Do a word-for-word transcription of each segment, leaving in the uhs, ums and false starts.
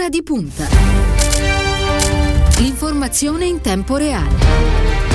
Ora di punta. L'informazione in tempo reale.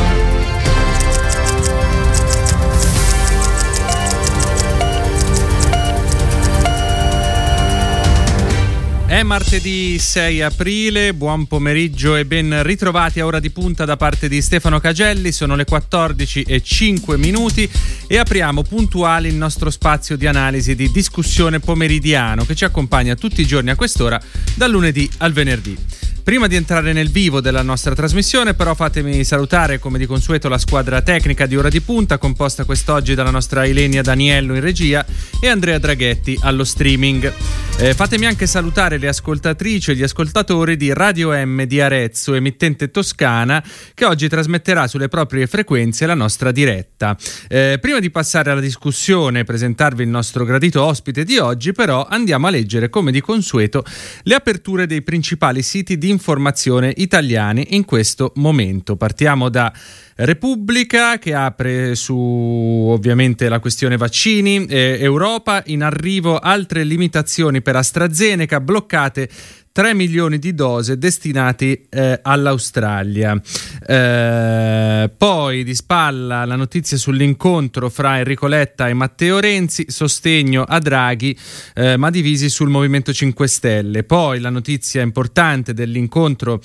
È martedì sei aprile, buon pomeriggio e ben ritrovati a Ora di Punta da parte di Stefano Cagelli. Sono le quattordici e cinque minuti e apriamo puntuali il nostro spazio di analisi e di discussione pomeridiano che ci accompagna tutti i giorni a quest'ora, dal lunedì al venerdì. Prima di entrare nel vivo della nostra trasmissione, però, fatemi salutare come di consueto la squadra tecnica di Ora di Punta, composta quest'oggi dalla nostra Ilenia Daniello in regia e Andrea Draghetti allo streaming. Eh, fatemi anche salutare le ascoltatrici e gli ascoltatori di Radio M di Arezzo, emittente toscana, che oggi trasmetterà sulle proprie frequenze la nostra diretta. Eh, prima di passare alla discussione e presentarvi il nostro gradito ospite di oggi, però, andiamo a leggere come di consueto le aperture dei principali siti di informazione italiani in questo momento. Partiamo da Repubblica, che apre su ovviamente la questione vaccini. eh, Europa, in arrivo altre limitazioni per AstraZeneca, bloccate tre milioni di dosi destinati eh, all'Australia. Eh, poi di spalla la notizia sull'incontro fra Enrico Letta e Matteo Renzi, sostegno a Draghi eh, ma divisi sul Movimento cinque Stelle. Poi la notizia importante dell'incontro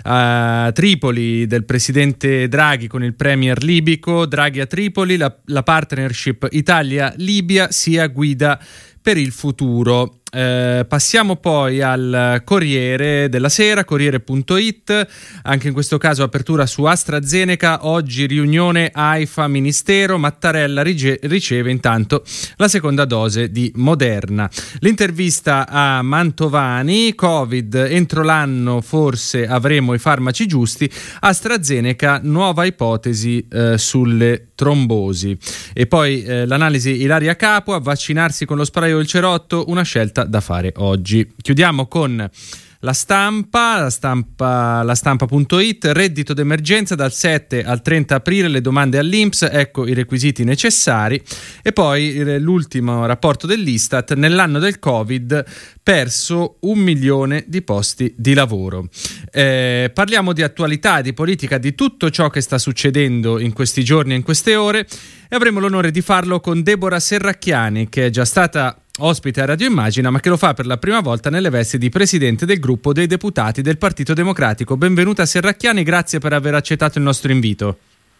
a Tripoli del presidente Draghi con il premier libico. Draghi a Tripoli, la, la partnership Italia-Libia sia guida per il futuro. Eh, passiamo poi al Corriere della Sera, Corriere punto it, anche in questo caso apertura su AstraZeneca, oggi riunione AIFA Ministero, Mattarella rige- riceve intanto la seconda dose di Moderna. L'intervista a Mantovani, Covid, entro l'anno forse avremo i farmaci giusti, AstraZeneca, nuova ipotesi eh, sulle trombosi. E poi eh, l'analisi Ilaria Capua, vaccinarsi con lo spray o il cerotto, una scelta da fare oggi. Chiudiamo con la stampa, la stampa, la stampa punto it, reddito d'emergenza dal sette al trenta aprile, le domande all'I N P S, ecco i requisiti necessari. E poi eh, l'ultimo rapporto dell'Istat, nell'anno del Covid perso un milione di posti di lavoro. Eh, parliamo di attualità, di politica, di tutto ciò che sta succedendo in questi giorni e in queste ore, e avremo l'onore di farlo con Deborah Serracchiani, che è già stata ospite a Radio Immagina, ma che lo fa per la prima volta nelle vesti di presidente del gruppo dei deputati del Partito Democratico. Benvenuta Serracchiani, grazie per aver accettato il nostro invito.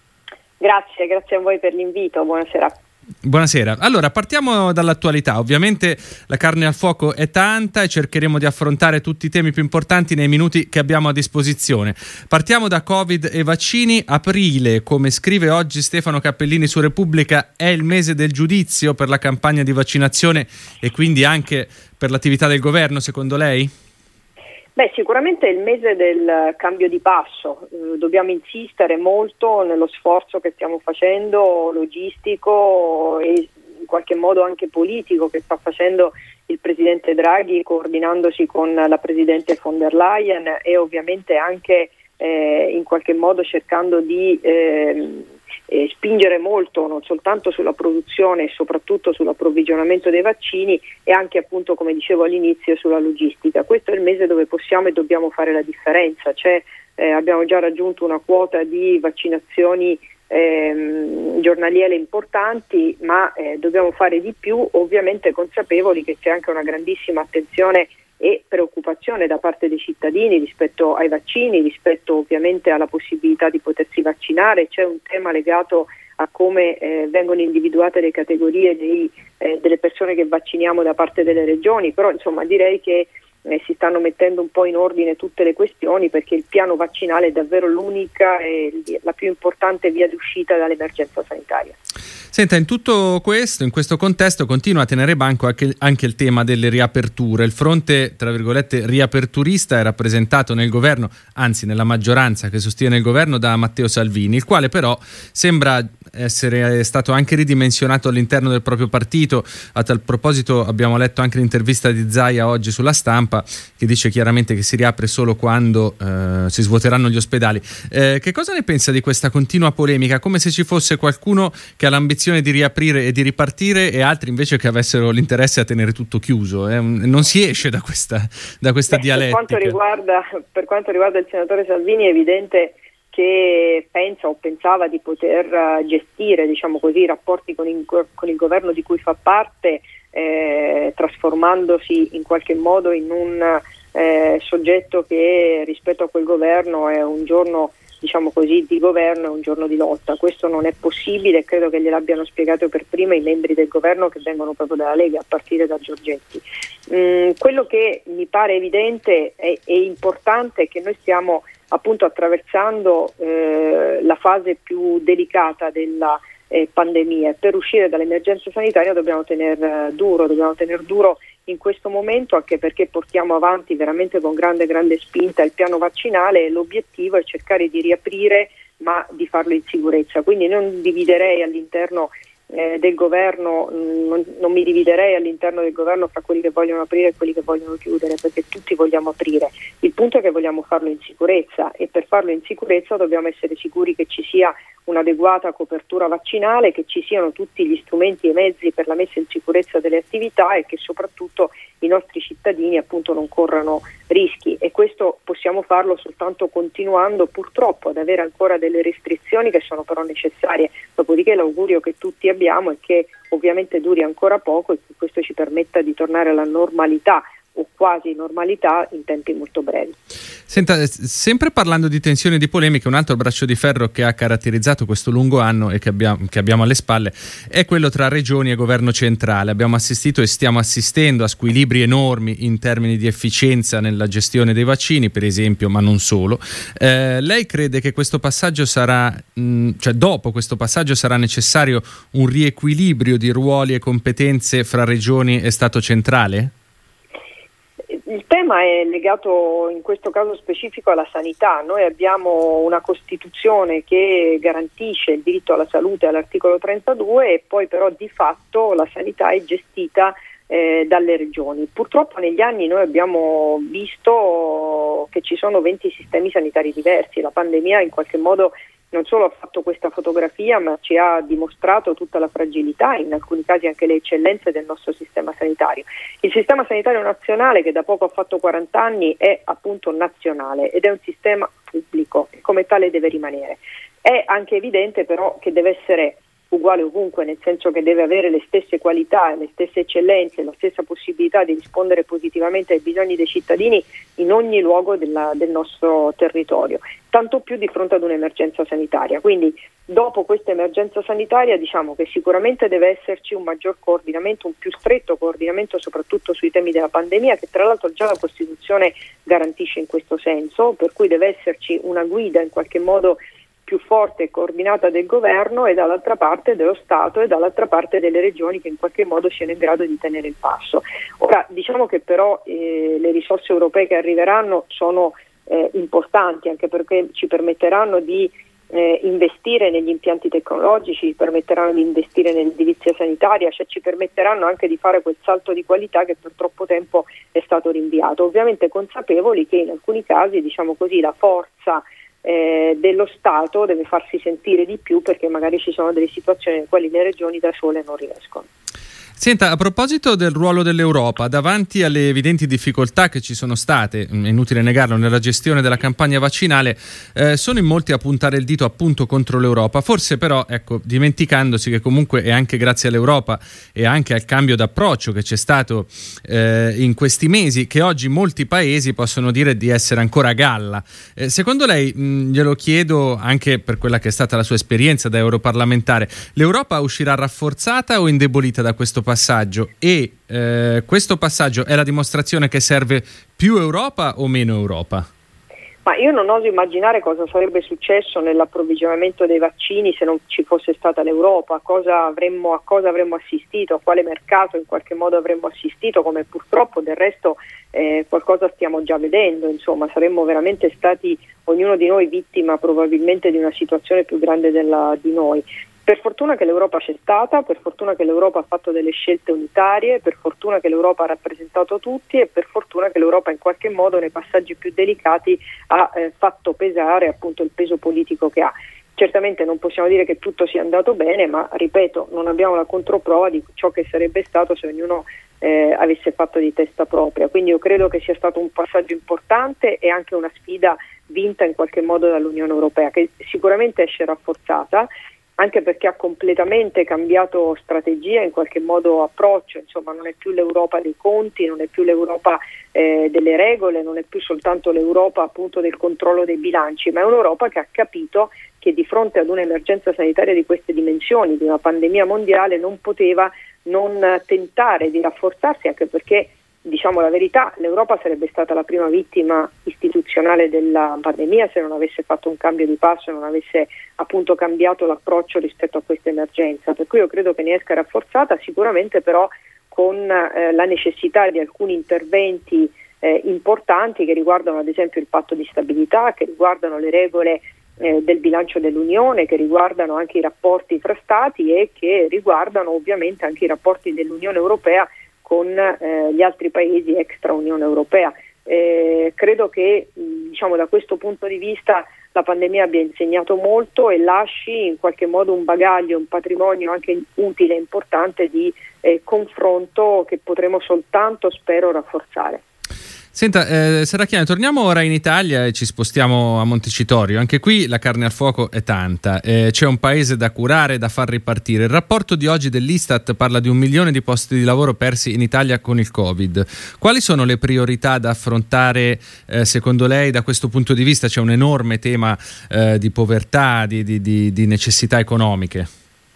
Grazie, grazie a voi per l'invito, buonasera. Buonasera. Allora, partiamo dall'attualità. Ovviamente la carne al fuoco è tanta e cercheremo di affrontare tutti i temi più importanti nei minuti che abbiamo a disposizione. Partiamo da Covid e vaccini. Aprile, come scrive oggi Stefano Cappellini su Repubblica, è il mese del giudizio per la campagna di vaccinazione e quindi anche per l'attività del governo, secondo lei? Beh, sicuramente è il mese del cambio di passo, eh, dobbiamo insistere molto nello sforzo che stiamo facendo, logistico e in qualche modo anche politico, che sta facendo il presidente Draghi coordinandosi con la presidente von der Leyen e ovviamente anche eh, in qualche modo cercando di eh, eh, spingere molto non soltanto sulla produzione e soprattutto sull'approvvigionamento dei vaccini e anche, appunto, come dicevo all'inizio, sulla logistica. Questo è il mese dove possiamo e dobbiamo fare la differenza. Cioè, eh, abbiamo già raggiunto una quota di vaccinazioni ehm, giornaliere importanti, ma eh, dobbiamo fare di più, ovviamente consapevoli che c'è anche una grandissima attenzione e preoccupazione da parte dei cittadini rispetto ai vaccini, rispetto ovviamente alla possibilità di potersi vaccinare. C'è un tema legato a come eh, vengono individuate le categorie dei, eh, delle persone che vacciniamo da parte delle regioni, però insomma direi che eh, si stanno mettendo un po' in ordine tutte le questioni, perché il piano vaccinale è davvero l'unica e la più importante via d'uscita dall'emergenza sanitaria. Senta, in tutto questo, in questo contesto, continua a tenere banco anche, anche il tema delle riaperture. Il fronte, tra virgolette, riaperturista è rappresentato nel governo, anzi nella maggioranza che sostiene il governo, da Matteo Salvini, il quale però sembra essere stato anche ridimensionato all'interno del proprio partito. A tal proposito abbiamo letto anche l'intervista di Zaia oggi sulla Stampa, che dice chiaramente che si riapre solo quando eh, si svuoteranno gli ospedali. Eh, che cosa ne pensa di questa continua polemica? Come se ci fosse qualcuno che ha l'ambizione di riaprire e di ripartire e altri invece che avessero l'interesse a tenere tutto chiuso. Eh? Non si esce da questa, da questa Beh, dialettica. Per quanto riguarda, per quanto riguarda il senatore Salvini, è evidente che pensa o pensava di poter gestire, diciamo così, i rapporti con il, con il governo di cui fa parte, eh, trasformandosi in qualche modo in un eh, soggetto che rispetto a quel governo è un giorno, diciamo così, di governo e un giorno di lotta. Questo non è possibile e credo che gliel'abbiano spiegato per prima i membri del governo che vengono proprio dalla Lega, a partire da Giorgetti. Mm, quello che mi pare evidente e importante è che noi stiamo appunto attraversando eh, la fase più delicata della eh, pandemia. Per uscire dall'emergenza sanitaria dobbiamo tenere eh, duro, dobbiamo tenere duro in questo momento, anche perché portiamo avanti veramente con grande grande spinta il piano vaccinale e l'obiettivo è cercare di riaprire, ma di farlo in sicurezza. Quindi non dividerei all'interno eh, del governo, non, non mi dividerei all'interno del governo fra quelli che vogliono aprire e quelli che vogliono chiudere, perché tutti vogliamo aprire. Il punto è che vogliamo farlo in sicurezza e per farlo in sicurezza dobbiamo essere sicuri che ci sia un'adeguata copertura vaccinale, che ci siano tutti gli strumenti e mezzi per la messa in sicurezza delle attività e che soprattutto i nostri cittadini appunto non corrano rischi, e questo possiamo farlo soltanto continuando purtroppo ad avere ancora delle restrizioni che sono però necessarie. Dopodiché l'augurio che tutti abbiamo è che ovviamente duri ancora poco e che questo ci permetta di tornare alla normalità o quasi normalità in tempi molto brevi. Senta, sempre parlando di tensioni e di polemiche, un altro braccio di ferro che ha caratterizzato questo lungo anno e che abbiamo, che abbiamo alle spalle è quello tra regioni e governo centrale. Abbiamo assistito e stiamo assistendo a squilibri enormi in termini di efficienza nella gestione dei vaccini, per esempio, ma non solo. Eh, lei crede che questo passaggio sarà, mh, cioè dopo questo passaggio sarà necessario un riequilibrio di ruoli e competenze fra regioni e Stato centrale? Il tema è legato in questo caso specifico alla sanità. Noi abbiamo una Costituzione che garantisce il diritto alla salute all'articolo trentadue e poi però di fatto la sanità è gestita eh, dalle regioni. Purtroppo negli anni noi abbiamo visto che ci sono venti sistemi sanitari diversi. La pandemia in qualche modo non solo ha fatto questa fotografia, ma ci ha dimostrato tutta la fragilità, in alcuni casi anche le eccellenze del nostro sistema sanitario. Il sistema sanitario nazionale, che da poco ha fatto quaranta anni, è appunto nazionale ed è un sistema pubblico e come tale deve rimanere. È anche evidente però che deve essere uguale ovunque, nel senso che deve avere le stesse qualità, le stesse eccellenze, la stessa possibilità di rispondere positivamente ai bisogni dei cittadini in ogni luogo della, del nostro territorio, tanto più di fronte ad un'emergenza sanitaria. Quindi dopo questa emergenza sanitaria diciamo che sicuramente deve esserci un maggior coordinamento, un più stretto coordinamento soprattutto sui temi della pandemia, che tra l'altro già la Costituzione garantisce in questo senso, per cui deve esserci una guida in qualche modo più forte e coordinata del governo e dall'altra parte dello Stato e dall'altra parte delle regioni che in qualche modo siano in grado di tenere il passo. Ora diciamo che però eh, le risorse europee che arriveranno sono eh, importanti, anche perché ci permetteranno di eh, investire negli impianti tecnologici, ci permetteranno di investire nell'edilizia sanitaria, cioè ci permetteranno anche di fare quel salto di qualità che per troppo tempo è stato rinviato, ovviamente consapevoli che in alcuni casi, diciamo così, la forza Eh, dello Stato deve farsi sentire di più, perché magari ci sono delle situazioni nelle quali le regioni da sole non riescono. Senta, a proposito del ruolo dell'Europa, davanti alle evidenti difficoltà che ci sono state, è inutile negarlo, nella gestione della campagna vaccinale, eh, sono in molti a puntare il dito appunto contro l'Europa, forse però, ecco, dimenticandosi che comunque è anche grazie all'Europa e anche al cambio d'approccio che c'è stato eh, in questi mesi che oggi molti paesi possono dire di essere ancora a galla. Eh, secondo lei, mh, glielo chiedo anche per quella che è stata la sua esperienza da europarlamentare, l'Europa uscirà rafforzata o indebolita da questo passaggio e eh, questo passaggio è la dimostrazione che serve più Europa o meno Europa? Ma io non oso immaginare cosa sarebbe successo nell'approvvigionamento dei vaccini se non ci fosse stata l'Europa, cosa avremmo, a cosa avremmo assistito, a quale mercato in qualche modo avremmo assistito, come purtroppo del resto eh, qualcosa stiamo già vedendo, insomma saremmo veramente stati ognuno di noi vittima probabilmente di una situazione più grande della, di noi. Per fortuna che l'Europa c'è stata, per fortuna che l'Europa ha fatto delle scelte unitarie, per fortuna che l'Europa ha rappresentato tutti e per fortuna che l'Europa in qualche modo nei passaggi più delicati ha eh, fatto pesare appunto il peso politico che ha. Certamente non possiamo dire che tutto sia andato bene, ma ripeto, non abbiamo la controprova di ciò che sarebbe stato se ognuno eh, avesse fatto di testa propria. Quindi io credo che sia stato un passaggio importante e anche una sfida vinta in qualche modo dall'Unione Europea, che sicuramente esce rafforzata, anche perché ha completamente cambiato strategia, in qualche modo approccio, insomma non è più l'Europa dei conti, non è più l'Europa eh, delle regole, non è più soltanto l'Europa appunto del controllo dei bilanci, ma è un'Europa che ha capito che di fronte ad un'emergenza sanitaria di queste dimensioni, di una pandemia mondiale, non poteva non tentare di rafforzarsi, anche perché, diciamo la verità, l'Europa sarebbe stata la prima vittima istituzionale della pandemia se non avesse fatto un cambio di passo e non avesse appunto cambiato l'approccio rispetto a questa emergenza. Per cui io credo che ne esca rafforzata, sicuramente però con eh, la necessità di alcuni interventi eh, importanti che riguardano ad esempio il patto di stabilità, che riguardano le regole eh, del bilancio dell'Unione, che riguardano anche i rapporti tra Stati e che riguardano ovviamente anche i rapporti dell'Unione Europea con eh, gli altri paesi extra Unione Europea. Eh, credo che diciamo da questo punto di vista la pandemia abbia insegnato molto e lasci in qualche modo un bagaglio, un patrimonio anche utile e importante di eh, confronto che potremo soltanto, spero, rafforzare. Senta, eh, Serracchiani, torniamo ora in Italia e ci spostiamo a Montecitorio. Anche qui la carne al fuoco è tanta, eh, c'è un paese da curare, da far ripartire. Il rapporto di oggi dell'Istat parla di un milione di posti di lavoro persi in Italia con il Covid. Quali sono le priorità da affrontare eh, secondo lei da questo punto di vista? C'è un enorme tema eh, di povertà, di, di, di, di necessità economiche.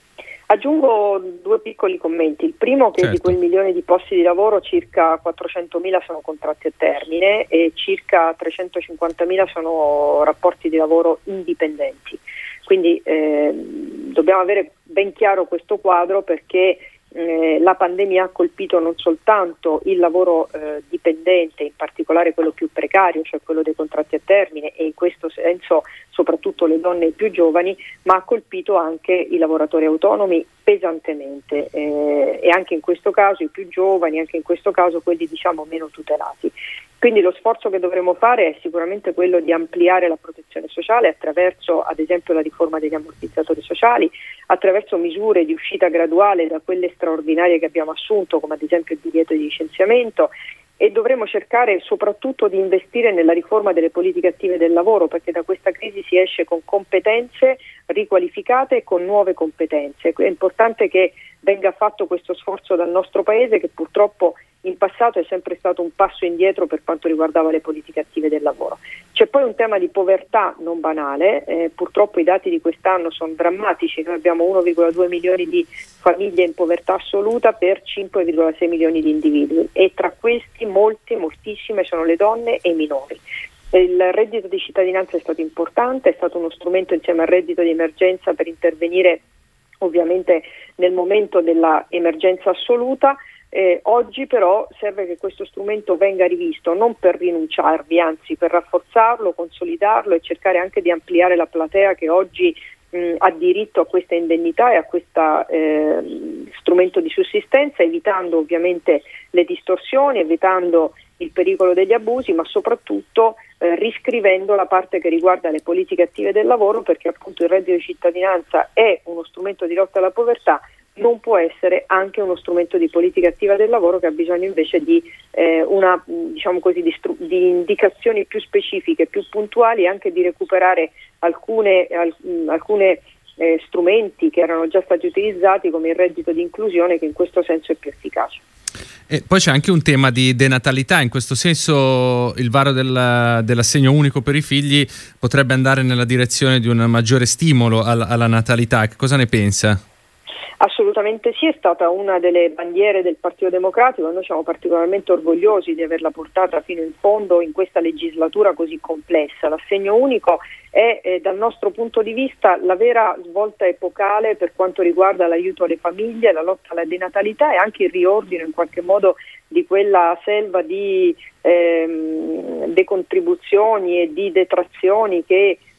Aggiungo due piccoli commenti. Il primo, che certo. Di quel milione di posti di lavoro circa quattrocentomila sono contratti a termine e circa trecentocinquantamila sono rapporti di lavoro indipendenti. Quindi eh, dobbiamo avere ben chiaro questo quadro, perché eh, la pandemia ha colpito non soltanto il lavoro eh, dipendente, in particolare quello più precario, cioè quello dei contratti a termine, e in questo senso soprattutto le donne e i più giovani, ma ha colpito anche i lavoratori autonomi pesantemente eh, e anche in questo caso i più giovani, anche in questo caso quelli diciamo meno tutelati. Quindi lo sforzo che dovremo fare è sicuramente quello di ampliare la protezione sociale attraverso ad esempio la riforma degli ammortizzatori sociali, attraverso misure di uscita graduale da quelle straordinarie che abbiamo assunto, come ad esempio il divieto di licenziamento, e dovremo cercare soprattutto di investire nella riforma delle politiche attive del lavoro, perché da questa crisi si esce con competenze riqualificate e con nuove competenze. È importante che venga fatto questo sforzo dal nostro Paese, che purtroppo in passato è sempre stato un passo indietro per quanto riguardava le politiche attive del lavoro. C'è poi un tema di povertà non banale, eh, purtroppo i dati di quest'anno sono drammatici. Noi abbiamo uno virgola due milioni di famiglie in povertà assoluta per cinque virgola sei milioni di individui, e tra questi molti, moltissime sono le donne e i minori. Il reddito di cittadinanza è stato importante, è stato uno strumento insieme al reddito di emergenza per intervenire ovviamente nel momento della emergenza assoluta. Eh, oggi però serve che questo strumento venga rivisto, non per rinunciarvi, anzi per rafforzarlo, consolidarlo e cercare anche di ampliare la platea che oggi mh, ha diritto a questa indennità e a questo eh, strumento di sussistenza, evitando ovviamente le distorsioni, evitando il pericolo degli abusi, ma soprattutto eh, riscrivendo la parte che riguarda le politiche attive del lavoro, perché appunto il reddito di cittadinanza è uno strumento di lotta alla povertà, non può essere anche uno strumento di politica attiva del lavoro, che ha bisogno invece di eh, una diciamo così di, stru- di indicazioni più specifiche, più puntuali, e anche di recuperare alcune, al- alcune eh, strumenti che erano già stati utilizzati, come il reddito di inclusione, che in questo senso è più efficace. E poi c'è anche un tema di denatalità. In questo senso il varo del, dell'assegno unico per i figli potrebbe andare nella direzione di un maggiore stimolo alla, alla natalità. Che cosa ne pensa? Assolutamente sì, è stata una delle bandiere del Partito Democratico e noi siamo particolarmente orgogliosi di averla portata fino in fondo in questa legislatura così complessa. L'assegno unico è eh, dal nostro punto di vista la vera svolta epocale per quanto riguarda l'aiuto alle famiglie, la lotta alla denatalità e anche il riordino in qualche modo di quella selva di ehm, decontribuzioni e di detrazioni che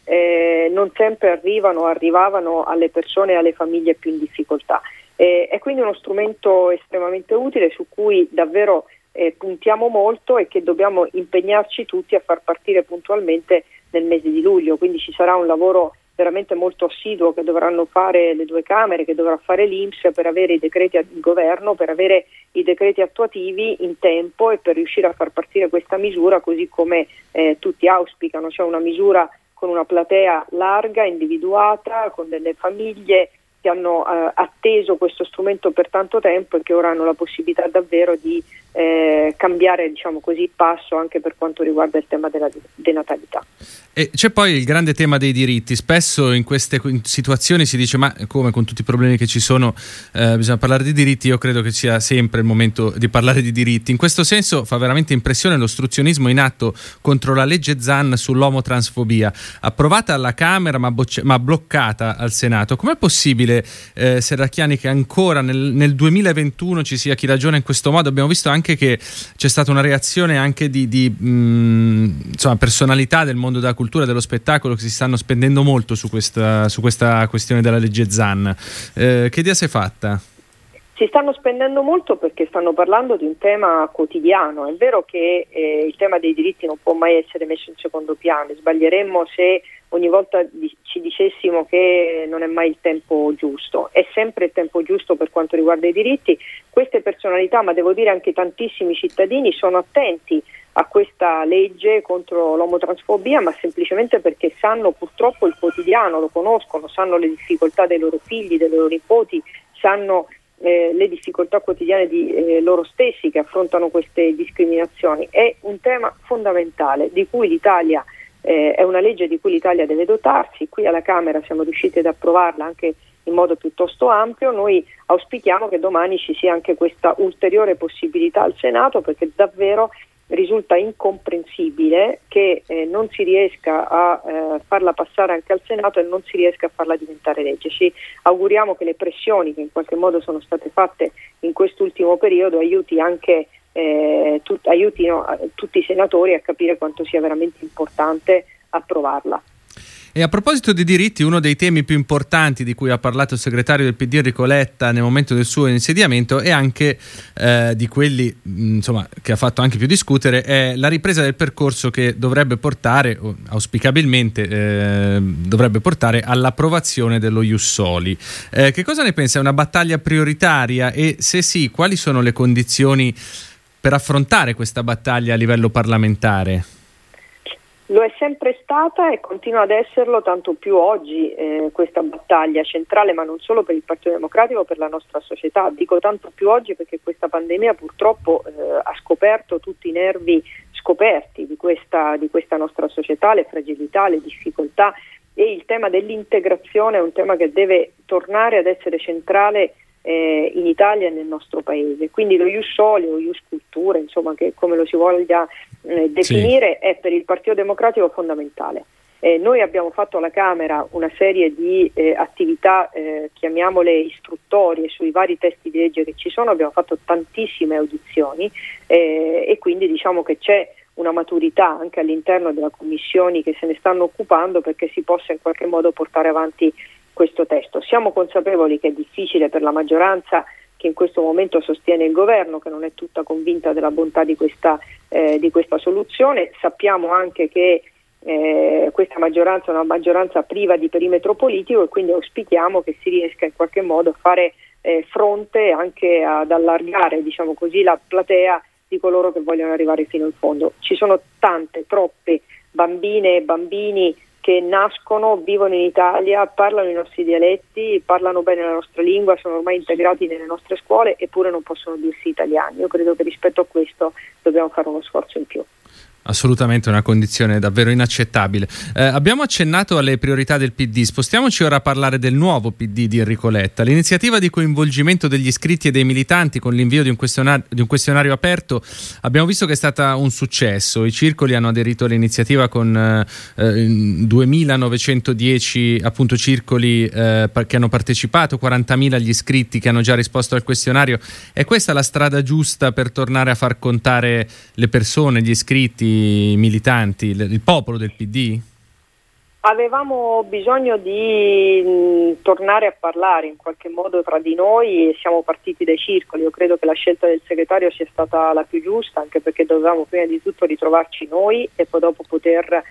eh, non sempre arrivano, arrivavano alle persone e alle famiglie più in difficoltà. Eh, è quindi uno strumento estremamente utile su cui davvero eh, puntiamo molto e che dobbiamo impegnarci tutti a far partire puntualmente nel mese di luglio, quindi ci sarà un lavoro veramente molto assiduo che dovranno fare le due Camere, che dovrà fare l'I N P S per avere i decreti di governo, per avere i decreti attuativi in tempo e per riuscire a far partire questa misura così come eh, tutti auspicano, cioè una misura con una platea larga, individuata, con delle famiglie che hanno eh, atteso questo strumento per tanto tempo e che ora hanno la possibilità davvero di eh, cambiare, diciamo così, il passo anche per quanto riguarda il tema della denatalità. E c'è poi il grande tema dei diritti. Spesso in queste situazioni si dice ma come con tutti i problemi che ci sono eh, bisogna parlare di diritti. Io credo che sia sempre il momento di parlare di diritti. In questo senso fa veramente impressione l'ostruzionismo in atto contro la legge Zan sull'omotransfobia, approvata alla Camera ma, bocce- ma bloccata al Senato. Com'è possibile, eh, Serracchiani, che ancora nel, nel duemilaventuno ci sia chi ragiona in questo modo? Abbiamo visto anche che c'è stata una reazione anche di, di mh, insomma, personalità del mondo della cultura, dello spettacolo, che si stanno spendendo molto su questa, su questa questione della legge Zan. Eh, che idea si è fatta? Si stanno spendendo molto perché stanno parlando di un tema quotidiano. È vero che eh, il tema dei diritti non può mai essere messo in secondo piano. Sbaglieremmo se ogni volta di- ci dicessimo che non è mai il tempo giusto. È sempre il tempo giusto per quanto riguarda i diritti. Queste personalità, ma devo dire anche tantissimi cittadini, sono attenti a questa legge contro l'omotransfobia, ma semplicemente perché sanno purtroppo il quotidiano, lo conoscono, sanno le difficoltà dei loro figli, dei loro nipoti, sanno Eh, le difficoltà quotidiane di eh, loro stessi che affrontano queste discriminazioni. È un tema fondamentale di cui l'Italia eh, è una legge di cui l'Italia deve dotarsi. Qui alla Camera siamo riusciti ad approvarla anche in modo piuttosto ampio. Noi auspichiamo che domani ci sia anche questa ulteriore possibilità al Senato, perché davvero risulta incomprensibile che eh, non si riesca a eh, farla passare anche al Senato e non si riesca a farla diventare legge. Ci auguriamo che le pressioni che in qualche modo sono state fatte in quest'ultimo periodo aiuti anche eh, tut- aiutino a, tutti i senatori a capire quanto sia veramente importante approvarla. E a proposito di diritti, uno dei temi più importanti di cui ha parlato il segretario del P D Enrico Letta nel momento del suo insediamento e anche eh, di quelli mh, insomma, che ha fatto anche più discutere è la ripresa del percorso che dovrebbe portare, o auspicabilmente eh, dovrebbe portare all'approvazione dello Ius Soli. Eh, che cosa ne pensa? È una battaglia prioritaria e se sì, quali sono le condizioni per affrontare questa battaglia a livello parlamentare? Lo è sempre stata e continua ad esserlo, tanto più oggi eh, questa battaglia centrale, ma non solo per il Partito Democratico, per la nostra società. Dico tanto più oggi perché questa pandemia purtroppo eh, ha scoperto tutti i nervi scoperti di questa, di questa nostra società, le fragilità, le difficoltà, e il tema dell'integrazione è un tema che deve tornare ad essere centrale Eh, in Italia e nel nostro paese. Quindi lo Ius Soli o Ius Cultura, insomma, che come lo si voglia eh, definire, sì, è per il Partito Democratico fondamentale. Eh, noi abbiamo fatto alla Camera una serie di eh, attività, eh, chiamiamole istruttorie, sui vari testi di legge che ci sono. Abbiamo fatto tantissime audizioni eh, e quindi diciamo che c'è una maturità anche all'interno delle commissioni che se ne stanno occupando perché si possa in qualche modo portare avanti questo testo. Siamo consapevoli che è difficile per la maggioranza che in questo momento sostiene il governo, che non è tutta convinta della bontà di questa, eh, di questa soluzione. Sappiamo anche che eh, questa maggioranza è una maggioranza priva di perimetro politico e quindi auspichiamo che si riesca in qualche modo a fare eh, fronte anche ad allargare, diciamo così, la platea di coloro che vogliono arrivare fino in fondo. Ci sono tante, troppe bambine e bambini che nascono, vivono in Italia, parlano i nostri dialetti, parlano bene la nostra lingua, sono ormai integrati nelle nostre scuole eppure non possono dirsi italiani. Io credo che rispetto a questo dobbiamo fare uno sforzo in più. Assolutamente una condizione davvero inaccettabile. Eh, abbiamo accennato alle priorità del P D, spostiamoci ora a parlare del nuovo P D di Enrico Letta. L'iniziativa di coinvolgimento degli iscritti e dei militanti con l'invio di un questionario, di un questionario aperto abbiamo visto che è stata un successo. I circoli hanno aderito all'iniziativa con eh, duemilanovecentodieci appunto circoli eh, che hanno partecipato, quarantamila gli iscritti che hanno già risposto al questionario. È questa la strada giusta per tornare a far contare le persone, gli iscritti, i militanti, il popolo del P D? Avevamo bisogno di mh, tornare a parlare in qualche modo tra di noi e siamo partiti dai circoli. Io credo che la scelta del segretario sia stata la più giusta, anche perché dovevamo prima di tutto ritrovarci noi e poi dopo poter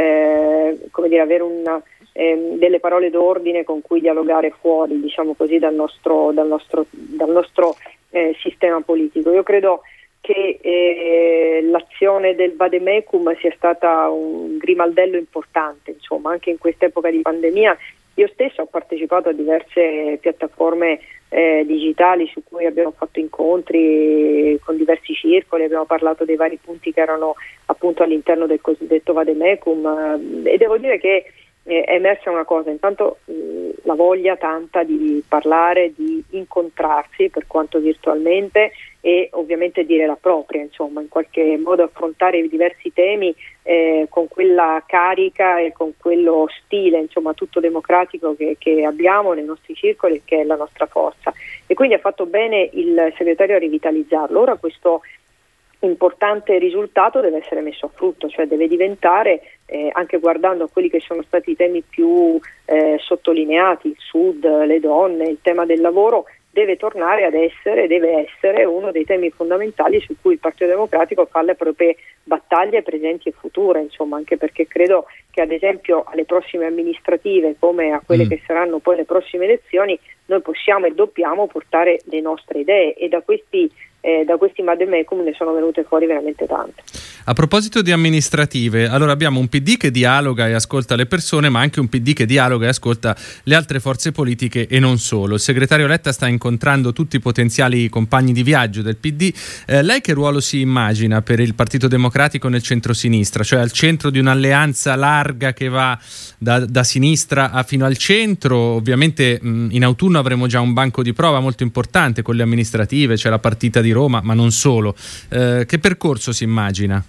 eh, come dire, avere una, eh, delle parole d'ordine con cui dialogare fuori, diciamo così, dal nostro, dal nostro, dal nostro eh, sistema politico. Io credo che eh, l'azione del Vademecum sia stata un grimaldello importante, insomma, anche in quest'epoca di pandemia. Io stesso ho partecipato a diverse piattaforme eh, digitali su cui abbiamo fatto incontri con diversi circoli, abbiamo parlato dei vari punti che erano appunto all'interno del cosiddetto Vademecum, eh, e devo dire che eh, è emersa una cosa: intanto mh, la voglia tanta di parlare, di incontrarsi per quanto virtualmente, e ovviamente dire la propria, insomma, in qualche modo affrontare i diversi temi eh, con quella carica e con quello stile, insomma, tutto democratico che, che abbiamo nei nostri circoli e che è la nostra forza. E quindi ha fatto bene il segretario a rivitalizzarlo. Ora questo importante risultato deve essere messo a frutto, cioè deve diventare, eh, anche guardando a quelli che sono stati i temi più eh, sottolineati, il Sud, le donne, il tema del lavoro, deve tornare ad essere, deve essere uno dei temi fondamentali su cui il Partito Democratico fa le proprie battaglie presenti e future, insomma, anche perché credo che ad esempio alle prossime amministrative, come a quelle mm. che saranno poi le prossime elezioni, noi possiamo e dobbiamo portare le nostre idee, e da questi Eh, da questi Vademecum ne sono venute fuori veramente tante. A proposito di amministrative, allora abbiamo un P D che dialoga e ascolta le persone, ma anche un P D che dialoga e ascolta le altre forze politiche e non solo. Il segretario Letta sta incontrando tutti i potenziali compagni di viaggio del P D. Eh, lei che ruolo si immagina per il Partito Democratico nel centro-sinistra, cioè al centro di un'alleanza larga che va da, da sinistra a fino al centro? Ovviamente mh, in autunno avremo già un banco di prova molto importante con le amministrative, c'è la partita di Roma, ma non solo. Eh, che percorso si immagina?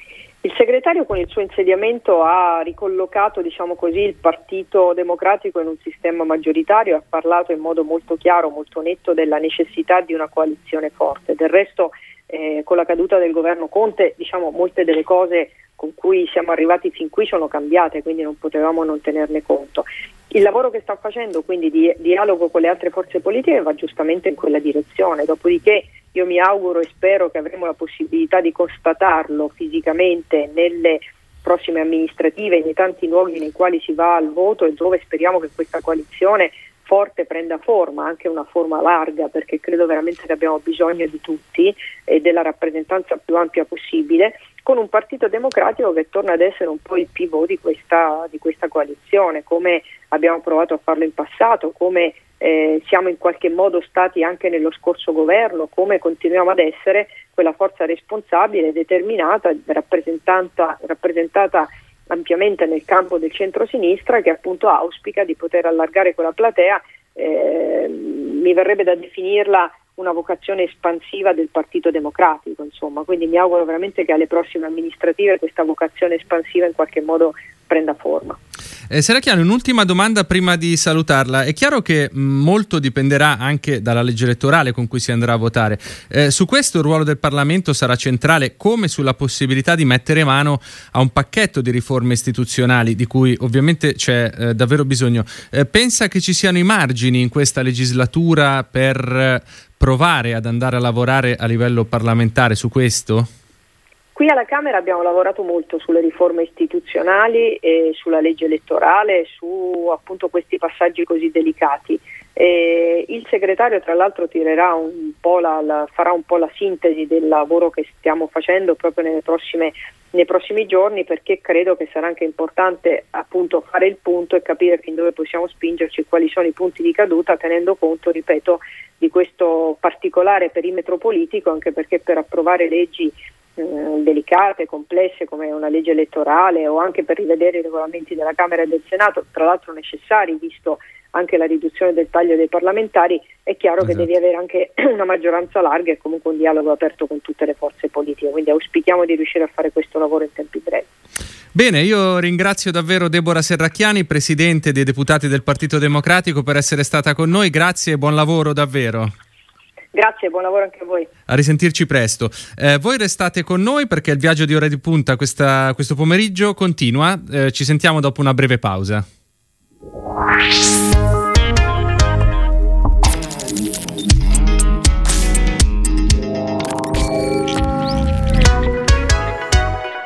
Il segretario con il suo insediamento ha ricollocato, diciamo così, il Partito Democratico in un sistema maggioritario, ha parlato in modo molto chiaro, molto netto della necessità di una coalizione forte. Del resto, eh, con la caduta del governo Conte, diciamo, molte delle cose con cui siamo arrivati fin qui sono cambiate, quindi non potevamo non tenerne conto. Il lavoro che sta facendo quindi di dialogo con le altre forze politiche va giustamente in quella direzione, dopodiché io mi auguro e spero che avremo la possibilità di constatarlo fisicamente nelle prossime amministrative, nei tanti luoghi nei quali si va al voto e dove speriamo che questa coalizione forte prenda forma, anche una forma larga, perché credo veramente che abbiamo bisogno di tutti e della rappresentanza più ampia possibile, con un Partito Democratico che torna ad essere un po' il pivot di questa, di questa coalizione, come abbiamo provato a farlo in passato, come eh, siamo in qualche modo stati anche nello scorso governo, come continuiamo ad essere quella forza responsabile, determinata, rappresentata, rappresentata ampiamente nel campo del centro-sinistra, che appunto auspica di poter allargare quella platea. Eh, mi verrebbe da definirla una vocazione espansiva del Partito Democratico, insomma, quindi mi auguro veramente che alle prossime amministrative questa vocazione espansiva in qualche modo prenda forma. Eh, Serracchiani, un'ultima domanda prima di salutarla. È chiaro che mh, molto dipenderà anche dalla legge elettorale con cui si andrà a votare. Eh, su questo il ruolo del Parlamento sarà centrale, come sulla possibilità di mettere mano a un pacchetto di riforme istituzionali di cui ovviamente c'è eh, davvero bisogno. Eh, pensa che ci siano i margini in questa legislatura per eh, provare ad andare a lavorare a livello parlamentare su questo? Qui alla Camera abbiamo lavorato molto sulle riforme istituzionali e sulla legge elettorale, su appunto questi passaggi così delicati. E il segretario tra l'altro tirerà un po' la, la, farà un po' la sintesi del lavoro che stiamo facendo proprio nelle prossime, nei prossimi giorni, perché credo che sarà anche importante appunto fare il punto e capire fin dove possiamo spingerci, quali sono i punti di caduta, tenendo conto, ripeto, di questo particolare perimetro politico, anche perché per approvare leggi delicate, complesse come una legge elettorale, o anche per rivedere i regolamenti della Camera e del Senato, tra l'altro necessari visto anche la riduzione del taglio dei parlamentari, è chiaro esatto. che devi avere anche una maggioranza larga e comunque un dialogo aperto con tutte le forze politiche, quindi auspichiamo di riuscire a fare questo lavoro in tempi brevi. Bene, io ringrazio davvero Deborah Serracchiani, Presidente dei Deputati del Partito Democratico, per essere stata con noi. Grazie e buon lavoro davvero. Grazie, buon lavoro anche a voi. A risentirci presto. Eh, voi restate con noi perché il viaggio di Ora di Punta questa, questo pomeriggio continua. Eh, ci sentiamo dopo una breve pausa.